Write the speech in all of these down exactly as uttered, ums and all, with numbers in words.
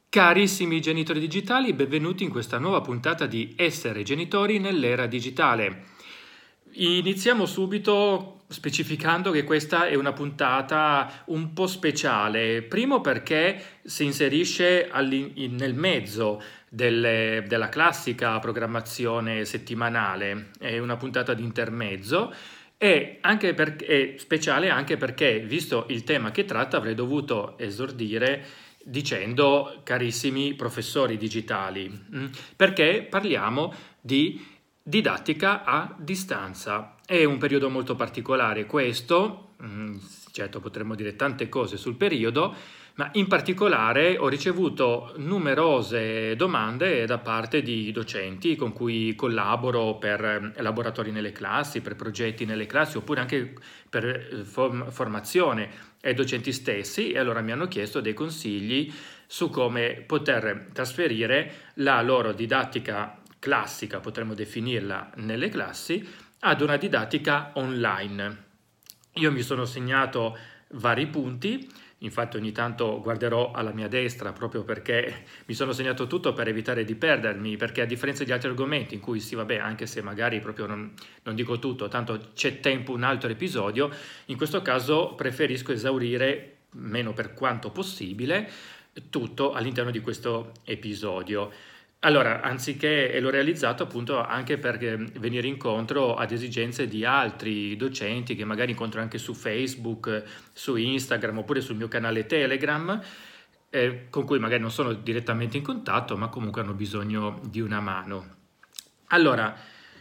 Carissimi genitori digitali, benvenuti in questa nuova puntata di Essere genitori nell'era digitale. Iniziamo subito specificando che questa è una puntata un po' speciale, primo perché si inserisce nel mezzo delle, della classica programmazione settimanale, è una puntata di intermezzo. E anche per, è speciale anche perché, visto il tema che tratta, avrei dovuto esordire dicendo carissimi professori digitali, perché parliamo di didattica a distanza. È un periodo molto particolare questo, certo potremmo dire tante cose sul periodo, ma in particolare ho ricevuto numerose domande da parte di docenti con cui collaboro per laboratori nelle classi, per progetti nelle classi, oppure anche per form- formazione ai docenti stessi, e allora mi hanno chiesto dei consigli su come poter trasferire la loro didattica classica, potremmo definirla, nelle classi, ad una didattica online. Io mi sono segnato vari punti. Infatti ogni tanto guarderò alla mia destra proprio perché mi sono segnato tutto per evitare di perdermi, perché a differenza di altri argomenti in cui sì, vabbè, anche se magari proprio non, non dico tutto, tanto c'è tempo un altro episodio, in questo caso preferisco esaurire, meno per quanto possibile, tutto all'interno di questo episodio. Allora, anziché, e l'ho realizzato appunto anche per venire incontro ad esigenze di altri docenti che magari incontro anche su Facebook, su Instagram oppure sul mio canale Telegram, eh, con cui magari non sono direttamente in contatto, ma comunque hanno bisogno di una mano. Allora,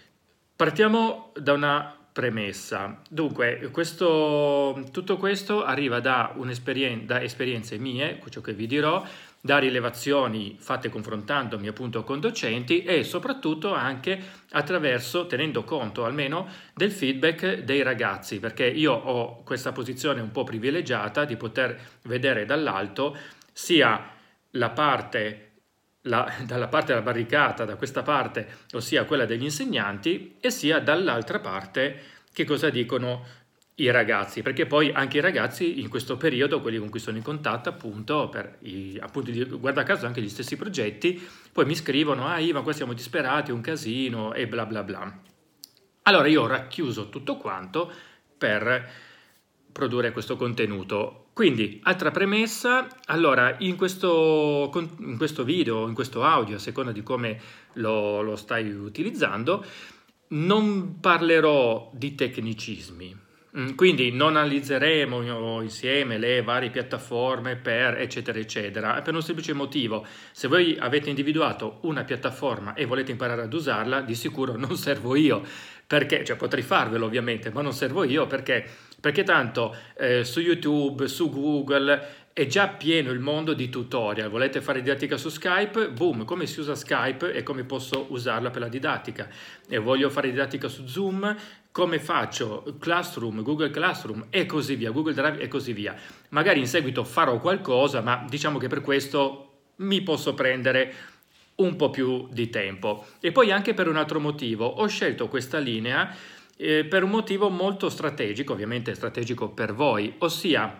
partiamo da una premessa. Dunque, questo, tutto questo arriva da, un'esperien- da esperienze mie, ciò che vi dirò, da rilevazioni fatte confrontandomi appunto con docenti e soprattutto anche attraverso, tenendo conto almeno del feedback dei ragazzi, perché io ho questa posizione un po' privilegiata di poter vedere dall'alto sia la parte, la, dalla parte della barricata, da questa parte, ossia quella degli insegnanti, e sia dall'altra parte che cosa dicono i ragazzi, perché poi anche i ragazzi in questo periodo, quelli con cui sono in contatto appunto, per i, appunto guarda caso anche gli stessi progetti, poi mi scrivono: ah Ivan, qua siamo disperati, è un casino e bla bla bla. Allora io ho racchiuso tutto quanto per produrre questo contenuto. Quindi, altra premessa, allora in questo, in questo video, in questo audio, a seconda di come lo, lo stai utilizzando, non parlerò di tecnicismi. Quindi non analizzeremo insieme le varie piattaforme per eccetera eccetera, per un semplice motivo: se voi avete individuato una piattaforma e volete imparare ad usarla, di sicuro non servo io, perché, cioè potrei farvelo ovviamente, ma non servo io perché, perché tanto eh, su YouTube, su Google è già pieno il mondo di tutorial. Volete fare didattica su Skype? Boom, come si usa Skype e come posso usarla per la didattica. E voglio fare didattica su Zoom? Come faccio? Classroom, Google Classroom e così via, Google Drive e così via. Magari in seguito farò qualcosa, ma diciamo che per questo mi posso prendere un po' più di tempo. E poi anche per un altro motivo, ho scelto questa linea eh, per un motivo molto strategico, ovviamente strategico per voi, ossia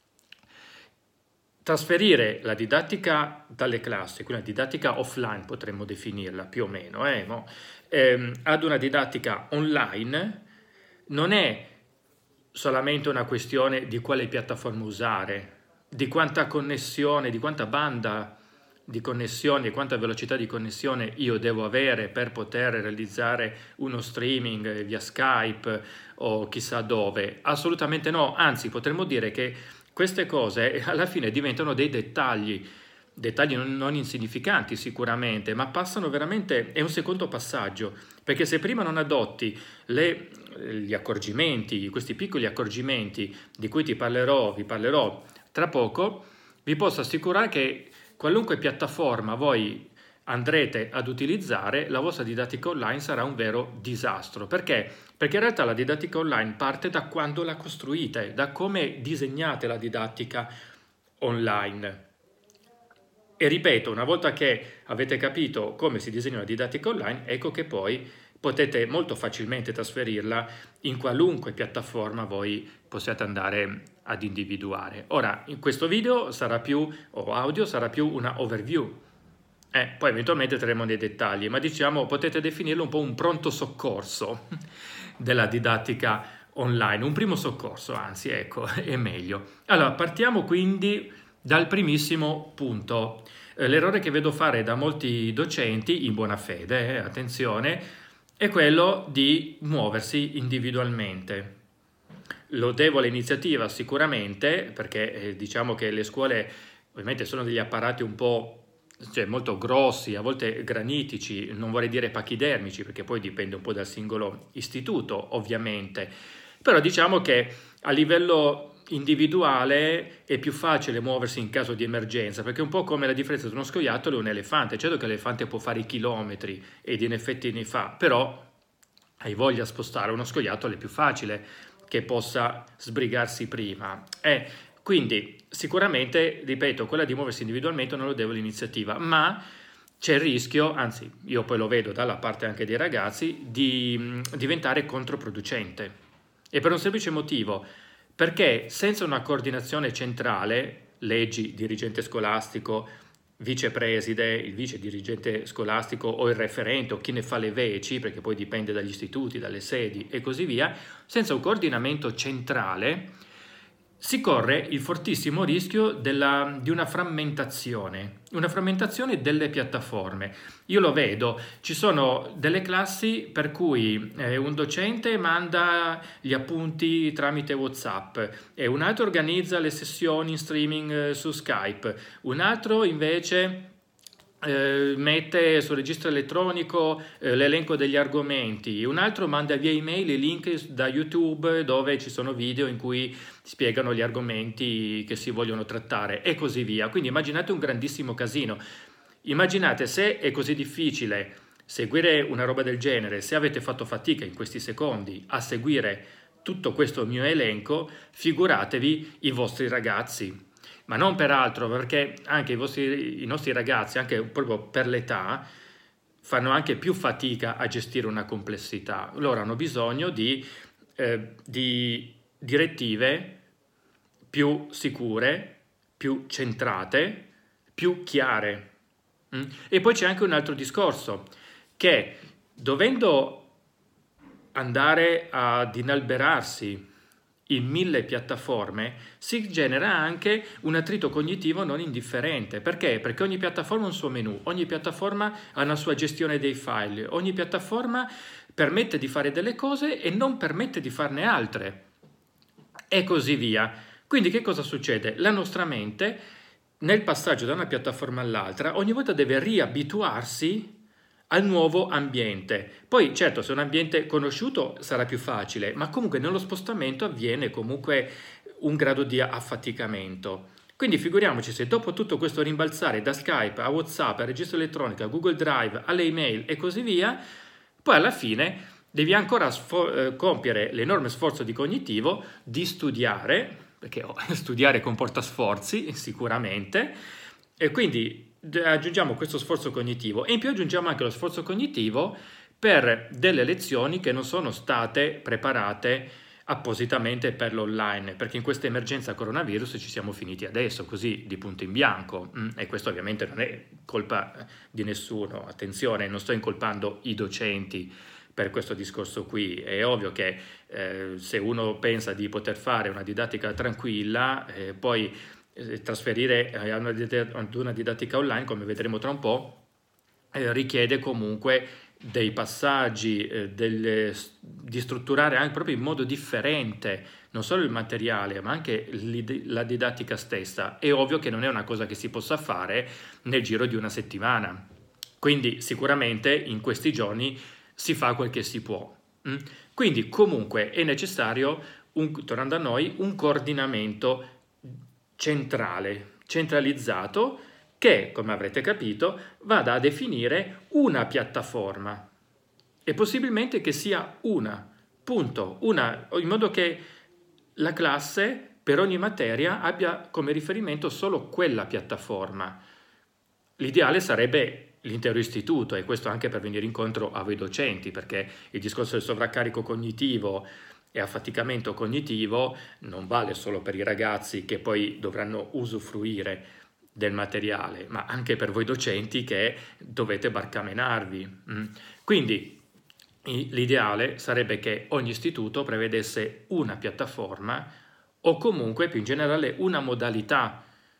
trasferire la didattica dalle classi, quindi la didattica offline potremmo definirla più o meno, eh, no? ehm, ad una didattica online non è solamente una questione di quale piattaforma usare, di quanta connessione, di quanta banda di connessione, di quanta velocità di connessione io devo avere per poter realizzare uno streaming via Skype o chissà dove. Assolutamente no, anzi potremmo dire che queste cose alla fine diventano dei dettagli, dettagli non, non insignificanti sicuramente, ma passano veramente, è un secondo passaggio, perché se prima non adotti le, gli accorgimenti, questi piccoli accorgimenti di cui ti parlerò, vi parlerò tra poco, vi posso assicurare che qualunque piattaforma voi andrete ad utilizzare, la vostra didattica online sarà un vero disastro. Perché? Perché in realtà la didattica online parte da quando la costruite, da come disegnate la didattica online. E ripeto, una volta che avete capito come si disegna una didattica online, ecco che poi potete molto facilmente trasferirla in qualunque piattaforma voi possiate andare ad individuare. Ora, in questo video sarà più, o audio, sarà più una overview. Eh, poi eventualmente entreremo nei dettagli, ma diciamo potete definirlo un po' un pronto soccorso della didattica online, un primo soccorso, anzi, ecco, è meglio. Allora, partiamo quindi dal primissimo punto. Eh, l'errore che vedo fare da molti docenti, in buona fede, eh, attenzione, è quello di muoversi individualmente. Lodevole iniziativa sicuramente, perché eh, diciamo che le scuole ovviamente sono degli apparati un po', cioè, molto grossi, a volte granitici, non vorrei dire pachidermici, perché poi dipende un po' dal singolo istituto, ovviamente. Però diciamo che a livello individuale è più facile muoversi in caso di emergenza, perché è un po' come la differenza tra uno scoiattolo e un elefante. Certo che l'elefante può fare i chilometri ed in effetti ne fa, però hai voglia di spostare uno scoiattolo è più facile che possa sbrigarsi prima. Eh, quindi sicuramente, ripeto, quella di muoversi individualmente non lo devo l'iniziativa, ma c'è il rischio, anzi io poi lo vedo dalla parte anche dei ragazzi, di mh, diventare controproducente. E per un semplice motivo, perché senza una coordinazione centrale, leggi, dirigente scolastico, vicepreside, il vice dirigente scolastico o il referente o chi ne fa le veci, perché poi dipende dagli istituti, dalle sedi e così via, senza un coordinamento centrale si corre il fortissimo rischio della, di una frammentazione, una frammentazione delle piattaforme. Io lo vedo, ci sono delle classi per cui eh, un docente manda gli appunti tramite WhatsApp e un altro organizza le sessioni in streaming eh, su Skype, un altro invece eh, mette sul registro elettronico eh, l'elenco degli argomenti, un altro manda via email i link da YouTube dove ci sono video in cui spiegano gli argomenti che si vogliono trattare e così via. Quindi immaginate un grandissimo casino. Immaginate se è così difficile seguire una roba del genere, se avete fatto fatica in questi secondi a seguire tutto questo mio elenco, figuratevi i vostri ragazzi. Ma non per altro, perché anche i, vostri, i nostri ragazzi, anche proprio per l'età, fanno anche più fatica a gestire una complessità. Loro hanno bisogno di, eh, di direttive più sicure, più centrate, più chiare. Mm? E poi c'è anche un altro discorso, che dovendo andare ad inalberarsi in mille piattaforme si genera anche un attrito cognitivo non indifferente. Perché? Perché ogni piattaforma ha un suo menu, ogni piattaforma ha una sua gestione dei file, ogni piattaforma permette di fare delle cose e non permette di farne altre e così via. Quindi che cosa succede? La nostra mente nel passaggio da una piattaforma all'altra ogni volta deve riabituarsi al nuovo ambiente. Poi certo, se è un ambiente conosciuto sarà più facile, ma comunque nello spostamento avviene comunque un grado di affaticamento. Quindi figuriamoci se dopo tutto questo rimbalzare da Skype a WhatsApp, a registro elettronico, a Google Drive, alle email e così via, poi alla fine devi ancora sfo- eh, compiere l'enorme sforzo di cognitivo di studiare, perché oh, studiare comporta sforzi sicuramente, e quindi aggiungiamo questo sforzo cognitivo e in più aggiungiamo anche lo sforzo cognitivo per delle lezioni che non sono state preparate appositamente per l'online, perché in questa emergenza coronavirus ci siamo finiti adesso, così di punto in bianco, e questo ovviamente non è colpa di nessuno, attenzione, non sto incolpando i docenti per questo discorso qui. È ovvio che eh, se uno pensa di poter fare una didattica tranquilla, eh, poi trasferire a una, ad una didattica online, come vedremo tra un po', eh, richiede comunque dei passaggi, eh, delle, di strutturare anche proprio in modo differente non solo il materiale ma anche la didattica stessa. È ovvio che non è una cosa che si possa fare nel giro di una settimana, quindi sicuramente in questi giorni si fa quel che si può. Mm? Quindi comunque è necessario, un, tornando a noi, un coordinamento centrale, centralizzato, che, come avrete capito, vada a definire una piattaforma e possibilmente che sia una, punto, una, in modo che la classe per ogni materia abbia come riferimento solo quella piattaforma. L'ideale sarebbe l'intero istituto, e questo anche per venire incontro a voi docenti, perché il discorso del sovraccarico cognitivo e affaticamento cognitivo non vale solo per i ragazzi che poi dovranno usufruire del materiale, ma anche per voi docenti che dovete barcamenarvi. Quindi l'ideale sarebbe che ogni istituto prevedesse una piattaforma o comunque più in generale una modalità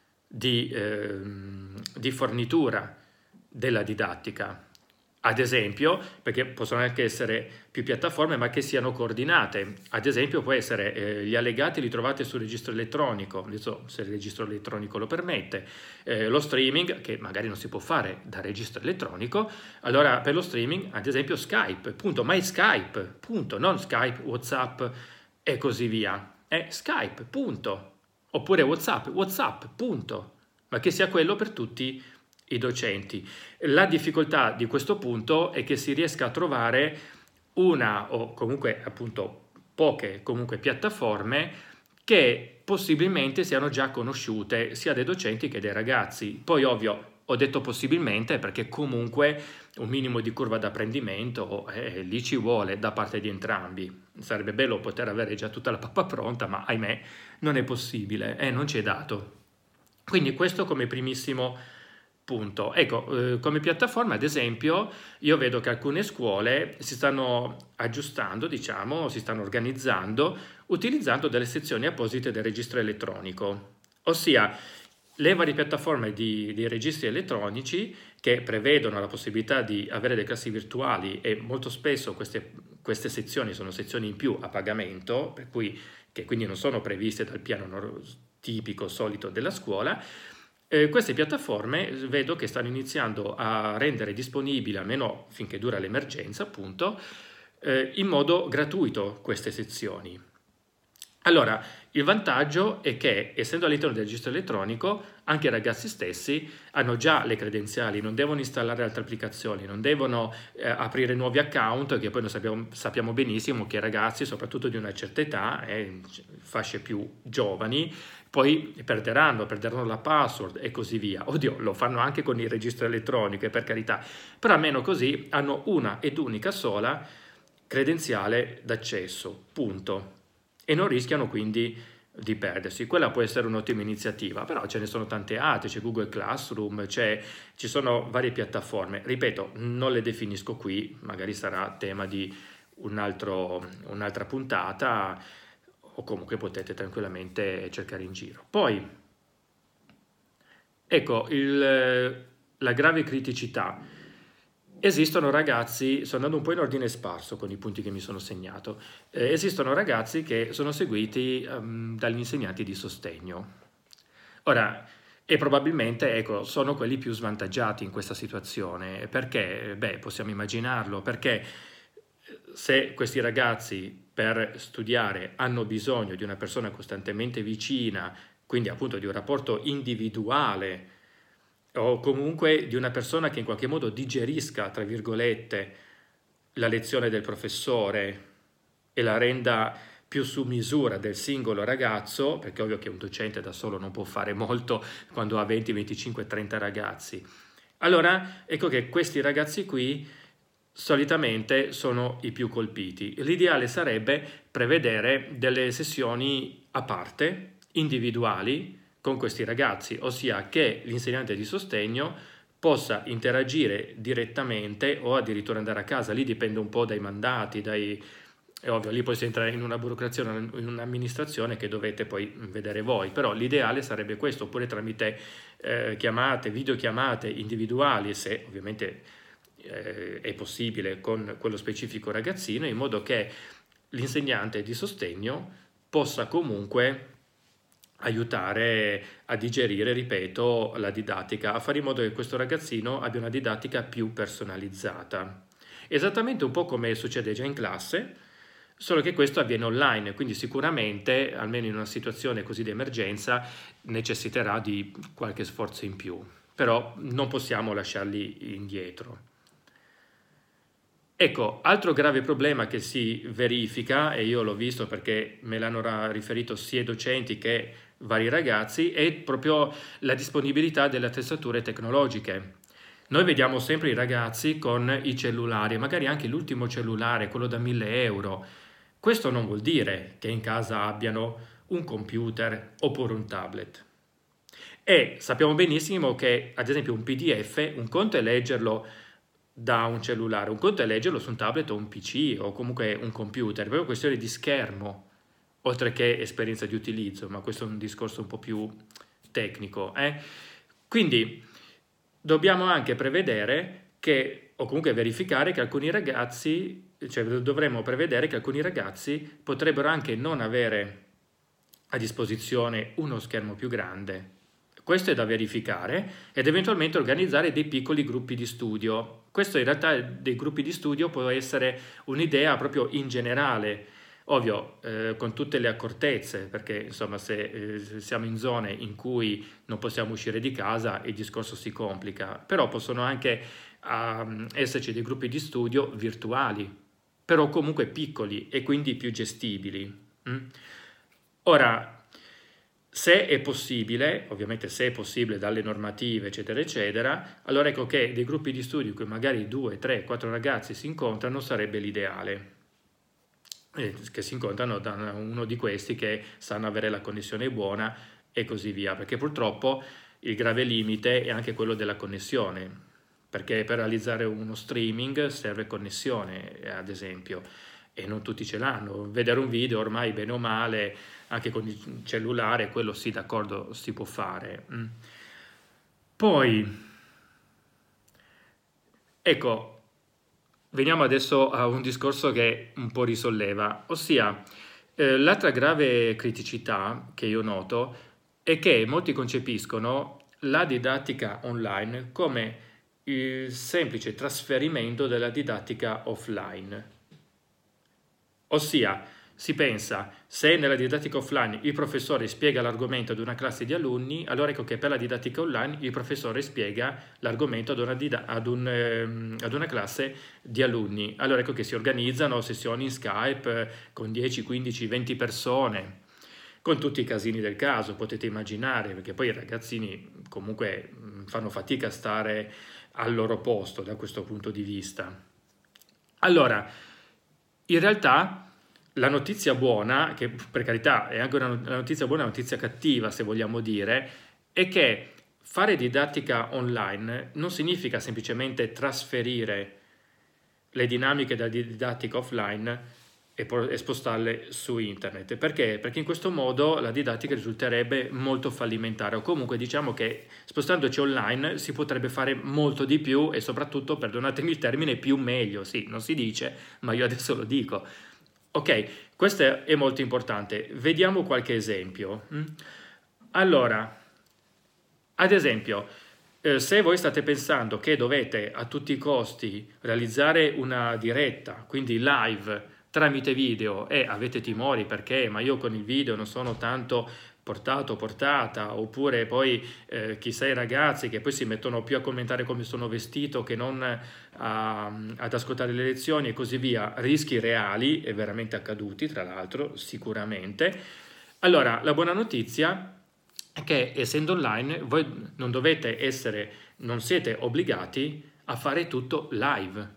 di, eh, di fornitura della didattica. Ad esempio, perché possono anche essere più piattaforme ma che siano coordinate, ad esempio può essere eh, gli allegati li trovate sul registro elettronico, non so se il registro elettronico lo permette, eh, lo streaming che magari non si può fare da registro elettronico, allora per lo streaming ad esempio Skype, punto, ma è Skype, punto, non Skype, WhatsApp e così via, è Skype, punto, oppure WhatsApp, WhatsApp, punto, ma che sia quello per tutti i docenti. La difficoltà di questo punto è che si riesca a trovare una o comunque appunto poche comunque piattaforme che possibilmente siano già conosciute sia dai docenti che dai ragazzi. Poi ovvio ho detto possibilmente perché comunque un minimo di curva d'apprendimento eh, lì ci vuole da parte di entrambi. Sarebbe bello poter avere già tutta la pappa pronta, ma ahimè non è possibile, eh, non ci è dato. Quindi questo come primissimo punto. Ecco, eh, come piattaforma, ad esempio, io vedo che alcune scuole si stanno aggiustando, diciamo, si stanno organizzando utilizzando delle sezioni apposite del registro elettronico, ossia le varie piattaforme di, di registri elettronici che prevedono la possibilità di avere delle classi virtuali e molto spesso queste, queste sezioni sono sezioni in più a pagamento, per cui che quindi non sono previste dal piano tipico solito della scuola. Eh, queste piattaforme vedo che stanno iniziando a rendere disponibili, almeno finché dura l'emergenza, appunto, eh, in modo gratuito queste sezioni. Allora, il vantaggio è che, essendo all'interno del registro elettronico, anche i ragazzi stessi hanno già le credenziali, non devono installare altre applicazioni, non devono eh, aprire nuovi account, che poi noi sappiamo, sappiamo benissimo che i ragazzi, soprattutto di una certa età, eh, fasce più giovani, poi perderanno, perderanno la password e così via. Oddio, lo fanno anche con il registro elettronico, per carità, però almeno così hanno una ed unica sola credenziale d'accesso, punto. E non rischiano quindi di perdersi. Quella può essere un'ottima iniziativa, però ce ne sono tante altre, c'è Google Classroom, c'è, ci sono varie piattaforme. Ripeto, non le definisco qui, magari sarà tema di un altro, un'altra puntata, o comunque potete tranquillamente cercare in giro. Poi, ecco, il, la grave criticità. Esistono ragazzi, sto andando un po' in ordine sparso con i punti che mi sono segnato, eh, esistono ragazzi che sono seguiti um, dagli insegnanti di sostegno. Ora, e probabilmente ecco, sono quelli più svantaggiati in questa situazione, perché? Beh, possiamo immaginarlo, perché se questi ragazzi per studiare hanno bisogno di una persona costantemente vicina, quindi appunto di un rapporto individuale, o comunque di una persona che in qualche modo digerisca, tra virgolette, la lezione del professore e la renda più su misura del singolo ragazzo, perché è ovvio che un docente da solo non può fare molto quando ha venti, venticinque, trenta ragazzi. Allora, ecco che questi ragazzi qui solitamente sono i più colpiti. L'ideale sarebbe prevedere delle sessioni a parte, individuali, con questi ragazzi, ossia che l'insegnante di sostegno possa interagire direttamente o addirittura andare a casa. Lì dipende un po' dai mandati, dai... è ovvio, lì poi si entra in una burocrazia, in un'amministrazione che dovete poi vedere voi, però l'ideale sarebbe questo, oppure tramite eh, chiamate, videochiamate individuali, se ovviamente eh, è possibile con quello specifico ragazzino, in modo che l'insegnante di sostegno possa comunque aiutare a digerire, ripeto, la didattica, a fare in modo che questo ragazzino abbia una didattica più personalizzata. Esattamente un po' come succede già in classe, solo che questo avviene online, quindi sicuramente, almeno in una situazione così di emergenza, necessiterà di qualche sforzo in più, però non possiamo lasciarli indietro. Ecco, altro grave problema che si verifica, e io l'ho visto perché me l'hanno riferito sia i docenti che vari ragazzi, è proprio la disponibilità delle attrezzature tecnologiche. Noi vediamo sempre i ragazzi con i cellulari, magari anche l'ultimo cellulare, quello da mille euro. Questo non vuol dire che in casa abbiano un computer oppure un tablet. E sappiamo benissimo che, ad esempio, un P D F, un conto è leggerlo da un cellulare, un conto è leggerlo su un tablet o un P C o comunque un computer, è proprio questione di schermo, oltre che esperienza di utilizzo, ma questo è un discorso un po' più tecnico. Eh? Quindi dobbiamo anche prevedere che, o comunque verificare che alcuni ragazzi, cioè dovremmo prevedere che alcuni ragazzi potrebbero anche non avere a disposizione uno schermo più grande. Questo è da verificare ed eventualmente organizzare dei piccoli gruppi di studio. Questo in realtà dei gruppi di studio può essere un'idea proprio in generale, ovvio eh, con tutte le accortezze, perché insomma se eh, siamo in zone in cui non possiamo uscire di casa il discorso si complica, però possono anche uh, esserci dei gruppi di studio virtuali, però comunque piccoli e quindi più gestibili. Mm? Ora, se è possibile, ovviamente se è possibile dalle normative eccetera eccetera, allora ecco che dei gruppi di studio in cui magari due, tre, quattro ragazzi si incontrano sarebbe l'ideale, eh, che si incontrano da uno di questi che sanno avere la connessione buona e così via, perché purtroppo il grave limite è anche quello della connessione, perché per realizzare uno streaming serve connessione, ad esempio, e non tutti ce l'hanno. Vedere un video ormai bene o male anche con il cellulare, quello sì, d'accordo, si può fare. Poi, ecco, veniamo adesso a un discorso che un po' risolleva, ossia eh, l'altra grave criticità che io noto è che molti concepiscono la didattica online come il semplice trasferimento della didattica offline. Ossia, si pensa, se nella didattica offline il professore spiega l'argomento ad una classe di alunni, allora ecco che per la didattica online il professore spiega l'argomento ad una, ad un, ehm, ad una classe di alunni. Allora ecco che si organizzano sessioni in Skype con dieci, quindici, venti persone, con tutti i casini del caso, potete immaginare, perché poi i ragazzini comunque fanno fatica a stare al loro posto da questo punto di vista. Allora, in realtà la notizia buona, che per carità è anche una notizia buona e una notizia cattiva se vogliamo dire, è che fare didattica online non significa semplicemente trasferire le dinamiche della didattica offline e, e spostarle su internet. Perché? Perché in questo modo la didattica risulterebbe molto fallimentare, o comunque diciamo che spostandoci online si potrebbe fare molto di più e soprattutto, perdonatemi il termine, più meglio. Sì, non si dice, ma io adesso lo dico. Ok, questo è molto importante. Vediamo qualche esempio. Allora, ad esempio, eh, se voi state pensando che dovete a tutti i costi realizzare una diretta, quindi live, tramite video e avete timori perché ma io con il video non sono tanto portato o portata, oppure poi eh, chissà i ragazzi che poi si mettono più a commentare come sono vestito che non a, ad ascoltare le lezioni e così via, rischi reali e veramente accaduti tra l'altro sicuramente. Allora la buona notizia è che essendo online voi non dovete essere, non siete obbligati a fare tutto live,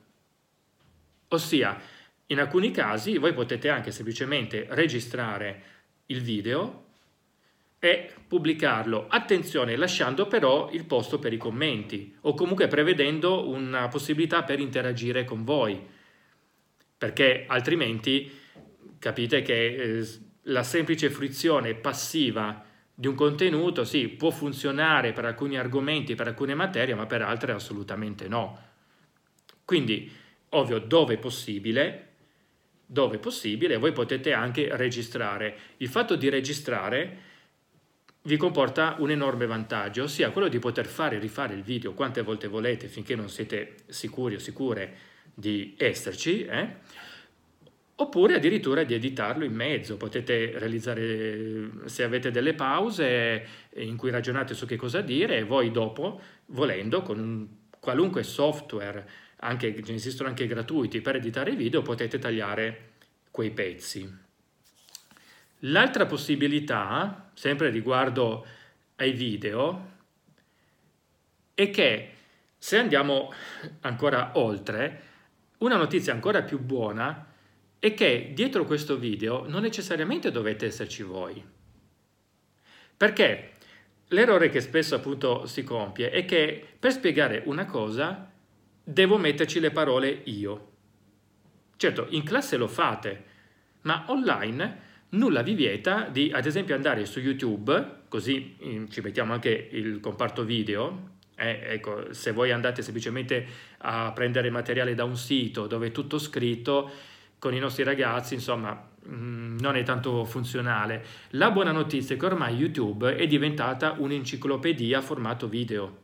ossia in alcuni casi voi potete anche semplicemente registrare il video e pubblicarlo, attenzione, lasciando però il posto per i commenti o comunque prevedendo una possibilità per interagire con voi, perché altrimenti capite che eh, la semplice fruizione passiva di un contenuto sì, può funzionare per alcuni argomenti, per alcune materie, ma per altre assolutamente no. Quindi, ovvio, dove è possibile, dove è possibile, voi potete anche registrare. Il fatto di registrare vi comporta un enorme vantaggio, ossia quello di poter fare e rifare il video quante volte volete finché non siete sicuri o sicure di esserci, eh? Oppure addirittura di editarlo in mezzo. Potete realizzare, se avete delle pause in cui ragionate su che cosa dire, e voi dopo, volendo, con un qualunque software, anche, ce ne esistono anche gratuiti per editare i video, potete tagliare quei pezzi. L'altra possibilità, sempre riguardo ai video, è che se andiamo ancora oltre, una notizia ancora più buona è che dietro questo video non necessariamente dovete esserci voi. Perché l'errore che spesso appunto si compie è che per spiegare una cosa devo metterci le parole io. Certo, in classe lo fate, ma online nulla vi vieta di, ad esempio, andare su YouTube, così ci mettiamo anche il comparto video. Eh, ecco, se voi andate semplicemente a prendere materiale da un sito dove è tutto scritto, con i nostri ragazzi, insomma, mh, non è tanto funzionale. La buona notizia è che ormai YouTube è diventata un'enciclopedia a formato video.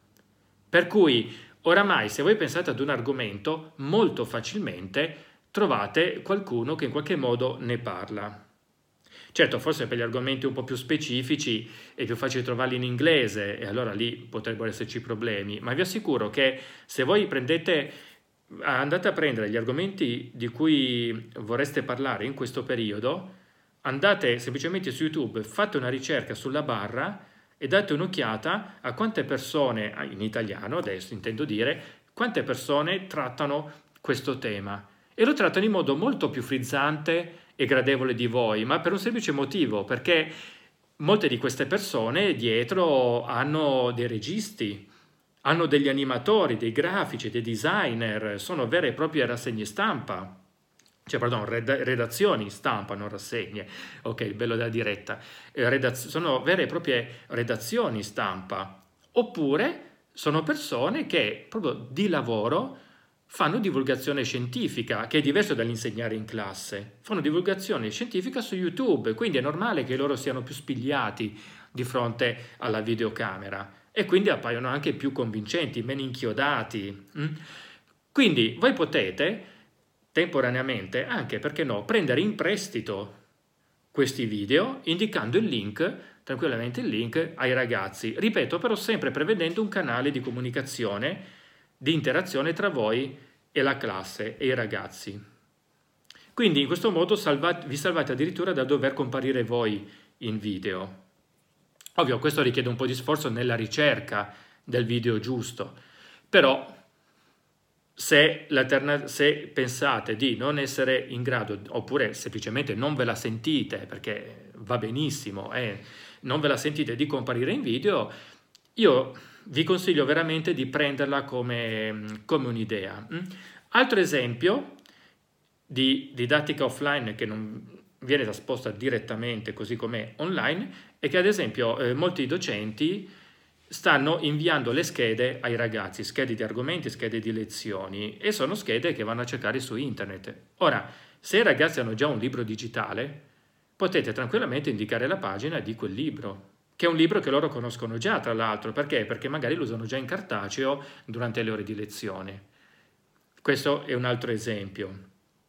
Per cui, oramai, se voi pensate ad un argomento, molto facilmente trovate qualcuno che in qualche modo ne parla. Certo, forse per gli argomenti un po' più specifici è più facile trovarli in inglese e allora lì potrebbero esserci problemi, ma vi assicuro che se voi prendete, andate a prendere gli argomenti di cui vorreste parlare in questo periodo, andate semplicemente su YouTube, fate una ricerca sulla barra e date un'occhiata a quante persone, in italiano adesso intendo dire, quante persone trattano questo tema. E lo trattano in modo molto più frizzante e gradevole di voi, ma per un semplice motivo, perché molte di queste persone dietro hanno dei registi, hanno degli animatori, dei grafici, dei designer, sono vere e proprie rassegne stampa, cioè pardon, redazioni stampa, non rassegne, ok, il bello della diretta, Redaz- sono vere e proprie redazioni stampa, oppure sono persone che proprio di lavoro fanno divulgazione scientifica, che è diverso dall'insegnare in classe. Fanno divulgazione scientifica su YouTube, quindi è normale che loro siano più spigliati di fronte alla videocamera e quindi appaiono anche più convincenti, meno inchiodati. Quindi voi potete temporaneamente, anche perché no, prendere in prestito questi video indicando il link, tranquillamente il link ai ragazzi. Ripeto, però sempre prevedendo un canale di comunicazione, di interazione tra voi e la classe e i ragazzi. Quindi in questo modo salvate, vi salvate addirittura da dover comparire voi in video. Ovvio, questo richiede un po' di sforzo nella ricerca del video giusto, però se, se pensate di non essere in grado, oppure semplicemente non ve la sentite, perché va benissimo, eh, non ve la sentite di comparire in video, io vi consiglio veramente di prenderla come, come un'idea. Altro esempio di didattica offline che non viene trasposta direttamente così come online è che ad esempio eh, molti docenti stanno inviando le schede ai ragazzi, schede di argomenti, schede di lezioni, e sono schede che vanno a cercare su internet. Ora, se i ragazzi hanno già un libro digitale, potete tranquillamente indicare la pagina di quel libro, che è un libro che loro conoscono già, tra l'altro. Perché? Perché magari lo usano già in cartaceo durante le ore di lezione. Questo è un altro esempio.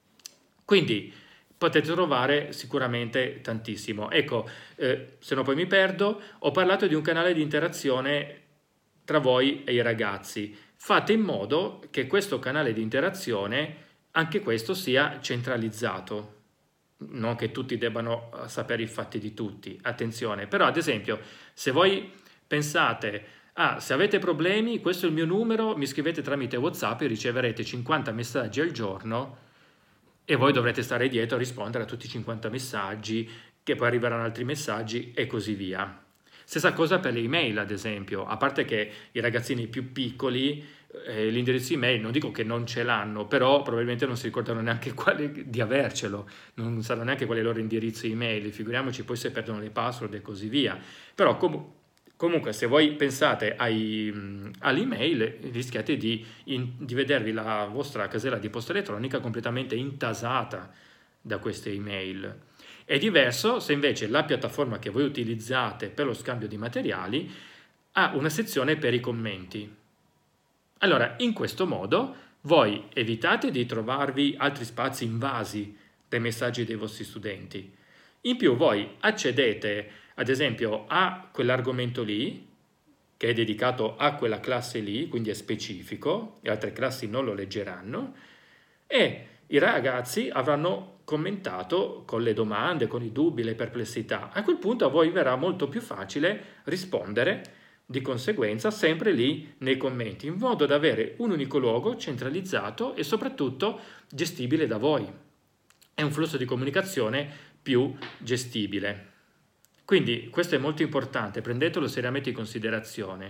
Quindi potete trovare sicuramente tantissimo. Ecco, eh, se no poi mi perdo, ho parlato di un canale di interazione tra voi e i ragazzi. Fate in modo che questo canale di interazione, anche questo, sia centralizzato. Non che tutti debbano sapere i fatti di tutti, attenzione, però ad esempio se voi pensate, ah, se avete problemi, questo è il mio numero, mi scrivete tramite WhatsApp e riceverete cinquanta messaggi al giorno e voi dovrete stare dietro a rispondere a tutti i cinquanta messaggi, che poi arriveranno altri messaggi e così via. Stessa cosa per le email, ad esempio, a parte che i ragazzini più piccoli eh, l'indirizzo email non dico che non ce l'hanno, però probabilmente non si ricordano neanche quale, di avercelo, non sanno neanche qual è il loro indirizzo email, figuriamoci poi se perdono le password e così via. Però com- comunque se voi pensate ai, all'email rischiate di, in, di vedervi la vostra casella di posta elettronica completamente intasata da queste email. È diverso se invece la piattaforma che voi utilizzate per lo scambio di materiali ha una sezione per i commenti. Allora, in questo modo voi evitate di trovarvi altri spazi invasi dai messaggi dei vostri studenti. In più voi accedete, ad esempio, a quell'argomento lì, che è dedicato a quella classe lì, quindi è specifico, le altre classi non lo leggeranno, e i ragazzi avranno commentato con le domande, con i dubbi, le perplessità. A quel punto a voi verrà molto più facile rispondere di conseguenza sempre lì nei commenti, in modo da avere un unico luogo centralizzato e soprattutto gestibile da voi. e un flusso di comunicazione più gestibile. Quindi questo è molto importante, prendetelo seriamente in considerazione.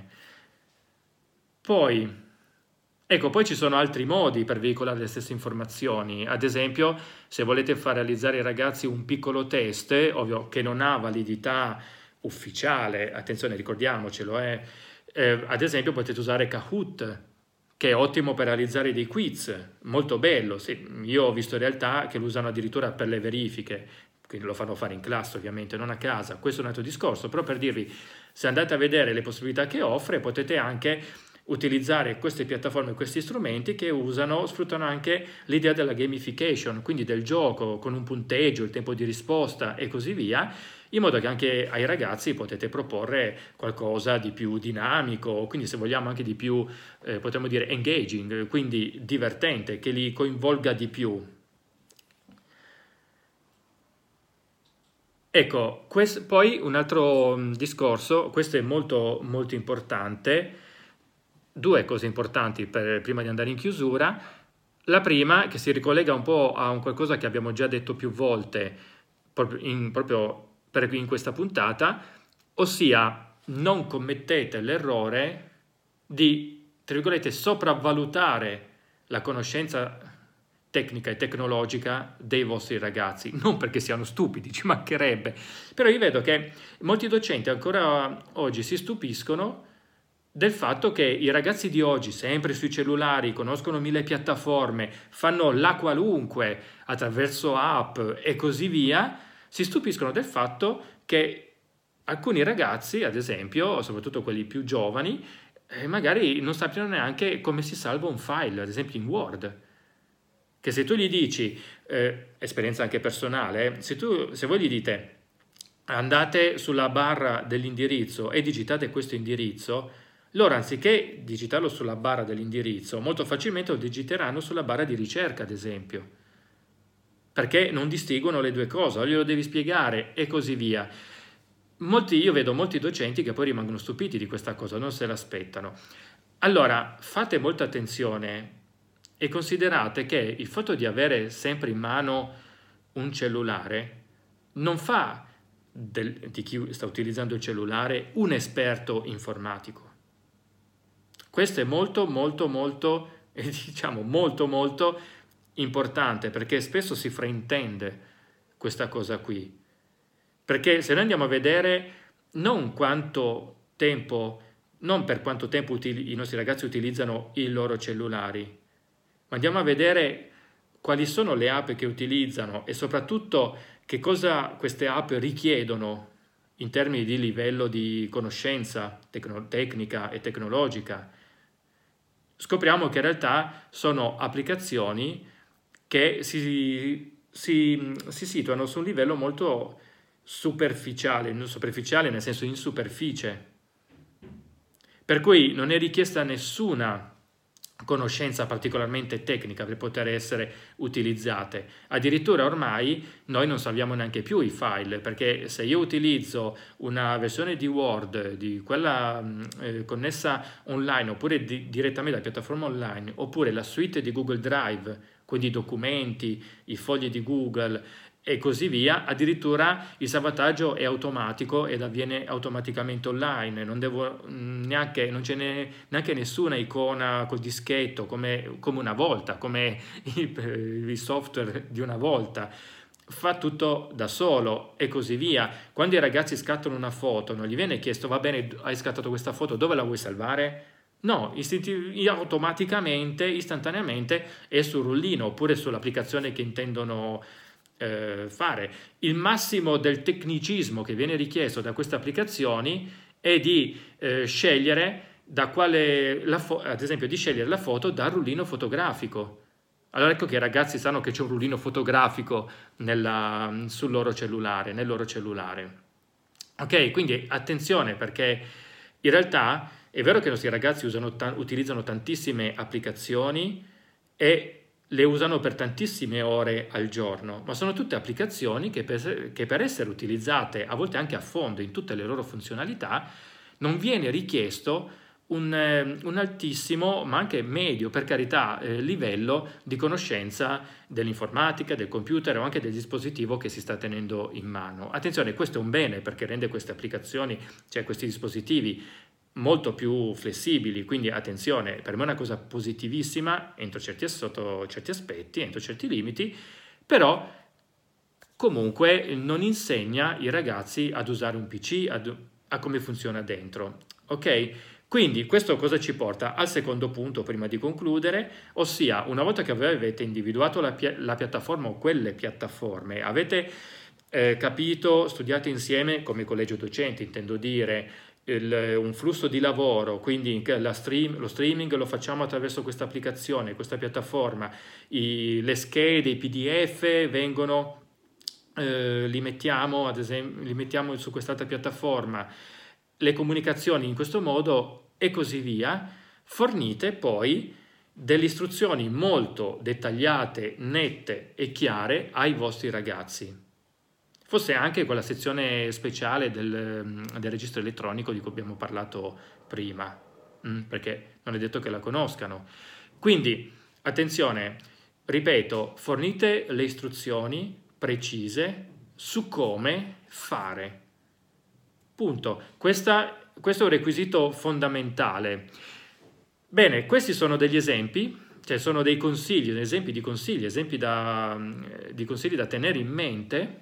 Poi, ecco, poi ci sono altri modi per veicolare le stesse informazioni. Ad esempio, se volete far realizzare ai ragazzi un piccolo test, ovvio che non ha validità ufficiale, attenzione, ricordiamocelo, eh, eh, ad esempio potete usare Kahoot, che è ottimo per realizzare dei quiz, molto bello. Sì, io ho visto in realtà che lo usano addirittura per le verifiche, quindi lo fanno fare in classe ovviamente, non a casa. Questo è un altro discorso, però per dirvi, se andate a vedere le possibilità che offre, potete anche utilizzare queste piattaforme, questi strumenti che usano, sfruttano anche l'idea della gamification, quindi del gioco con un punteggio, il tempo di risposta e così via, in modo che anche ai ragazzi potete proporre qualcosa di più dinamico, quindi se vogliamo anche di più, eh, potremmo dire engaging, quindi divertente, che li coinvolga di più. Ecco, questo, poi un altro mh, discorso, questo è molto, molto importante, due cose importanti per, prima di andare in chiusura. La prima, che si ricollega un po' a un qualcosa che abbiamo già detto più volte, proprio in, proprio per in questa puntata, ossia non commettete l'errore di, tra virgolette, sopravvalutare la conoscenza tecnica e tecnologica dei vostri ragazzi, non perché siano stupidi, ci mancherebbe, però io vedo che molti docenti ancora oggi si stupiscono del fatto che i ragazzi di oggi, sempre sui cellulari, conoscono mille piattaforme, fanno la qualunque attraverso app e così via, si stupiscono del fatto che alcuni ragazzi, ad esempio, soprattutto quelli più giovani, eh, magari non sappiano neanche come si salva un file, ad esempio in Word. Che se tu gli dici, eh, esperienza anche personale, eh, se, tu, se voi gli dite andate sulla barra dell'indirizzo e digitate questo indirizzo, loro anziché digitarlo sulla barra dell'indirizzo, molto facilmente lo digiteranno sulla barra di ricerca, ad esempio, perché non distinguono le due cose, o glielo devi spiegare e così via. Molti, io vedo molti docenti che poi rimangono stupiti di questa cosa, non se l'aspettano. Allora, fate molta attenzione e considerate che il fatto di avere sempre in mano un cellulare non fa del, di chi sta utilizzando il cellulare un esperto informatico. Questo è molto, molto, molto, eh, diciamo, molto, molto importante, perché spesso si fraintende questa cosa qui. Perché se noi andiamo a vedere non quanto tempo, non per quanto tempo utili- i nostri ragazzi utilizzano i loro cellulari, ma andiamo a vedere quali sono le app che utilizzano e soprattutto che cosa queste app richiedono in termini di livello di conoscenza tecno- tecnica e tecnologica, scopriamo che in realtà sono applicazioni che si, si, si situano su un livello molto superficiale, non superficiale nel senso in superficie, per cui non è richiesta nessuna conoscenza particolarmente tecnica per poter essere utilizzate. Addirittura ormai noi non salviamo neanche più i file, perché se io utilizzo una versione di Word, di quella eh, connessa online, oppure di, direttamente dalla piattaforma online, oppure la suite di Google Drive, quindi i documenti, i fogli di Google e così via, addirittura il salvataggio è automatico ed avviene automaticamente online, non devo neanche, non ce n'è neanche nessuna icona col dischetto come, come una volta, come i, i software di una volta, fa tutto da solo e così via. Quando i ragazzi scattano una foto non gli viene chiesto va bene, hai scattato questa foto, dove la vuoi salvare? No, istinti- automaticamente, istantaneamente è sul rullino oppure sull'applicazione che intendono eh, fare. Il massimo del tecnicismo che viene richiesto da queste applicazioni è di eh, scegliere da quale, la fo- ad esempio di scegliere la foto dal rullino fotografico. Allora ecco che i ragazzi sanno che c'è un rullino fotografico nella, sul loro cellulare, nel loro cellulare. Ok, quindi attenzione, perché in realtà è vero che i nostri ragazzi usano, utilizzano tantissime applicazioni e le usano per tantissime ore al giorno, ma sono tutte applicazioni che per, che per essere utilizzate, a volte anche a fondo, in tutte le loro funzionalità, non viene richiesto un, eh, un altissimo, ma anche medio, per carità, eh, livello di conoscenza dell'informatica, del computer o anche del dispositivo che si sta tenendo in mano. Attenzione, questo è un bene perché rende queste applicazioni, cioè questi dispositivi, molto più flessibili, quindi attenzione, per me è una cosa positivissima entro certi, sotto certi aspetti, entro certi limiti, però comunque non insegna i ragazzi ad usare un P C, ad, a come funziona dentro, ok? Quindi questo cosa ci porta al secondo punto prima di concludere, ossia una volta che voi avete individuato la, pia- la piattaforma o quelle piattaforme, avete eh, capito, studiato insieme come collegio docenti, intendo dire, il, un flusso di lavoro, quindi la stream, lo streaming lo facciamo attraverso questa applicazione, questa piattaforma, i, le schede, i P D F vengono, eh, li mettiamo ad esempio, li mettiamo su quest'altra piattaforma, le comunicazioni in questo modo e così via, fornite poi delle istruzioni molto dettagliate, nette e chiare ai vostri ragazzi. Forse anche quella sezione speciale del, del registro elettronico di cui abbiamo parlato prima, perché non è detto che la conoscano. Quindi, attenzione, ripeto, fornite le istruzioni precise su come fare. Punto. Questa, questo è un requisito fondamentale. Bene, questi sono degli esempi, cioè sono dei consigli, esempi di consigli, esempi da, di consigli da tenere in mente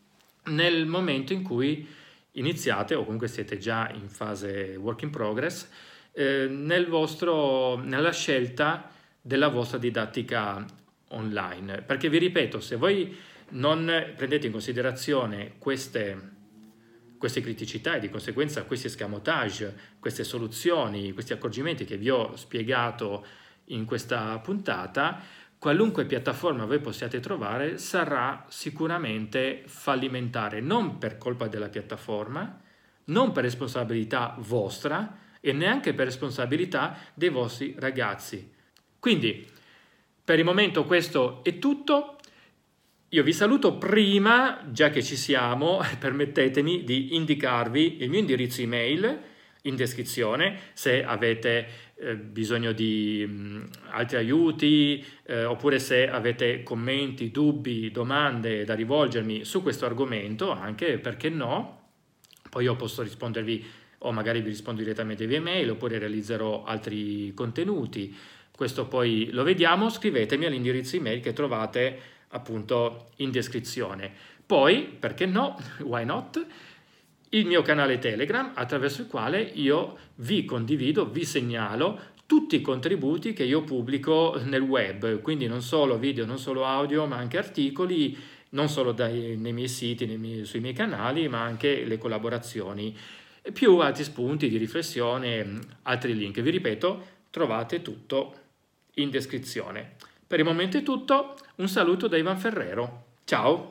nel momento in cui iniziate, o comunque siete già in fase work in progress, eh, nel vostro, nella scelta della vostra didattica online. Perché vi ripeto, se voi non prendete in considerazione queste, queste criticità e di conseguenza questi escamotage, queste soluzioni, questi accorgimenti che vi ho spiegato in questa puntata, qualunque piattaforma voi possiate trovare sarà sicuramente fallimentare, non per colpa della piattaforma, non per responsabilità vostra e neanche per responsabilità dei vostri ragazzi. Quindi, per il momento questo è tutto. Io vi saluto. Prima, già che ci siamo, permettetemi di indicarvi il mio indirizzo email in descrizione se avete eh, bisogno di mh, altri aiuti eh, oppure se avete commenti, dubbi, domande da rivolgermi su questo argomento, anche perché no, poi io posso rispondervi o magari vi rispondo direttamente via email oppure realizzerò altri contenuti. Questo poi lo vediamo, scrivetemi all'indirizzo email che trovate appunto in descrizione. Poi, perché no, why not, il mio canale Telegram attraverso il quale io vi condivido, vi segnalo tutti i contributi che io pubblico nel web, quindi non solo video, non solo audio, ma anche articoli, non solo dai, nei miei siti, nei miei, sui miei canali, ma anche le collaborazioni, più altri spunti di riflessione, altri link. Vi ripeto, trovate tutto in descrizione. Per il momento è tutto, un saluto da Ivan Ferrero. Ciao!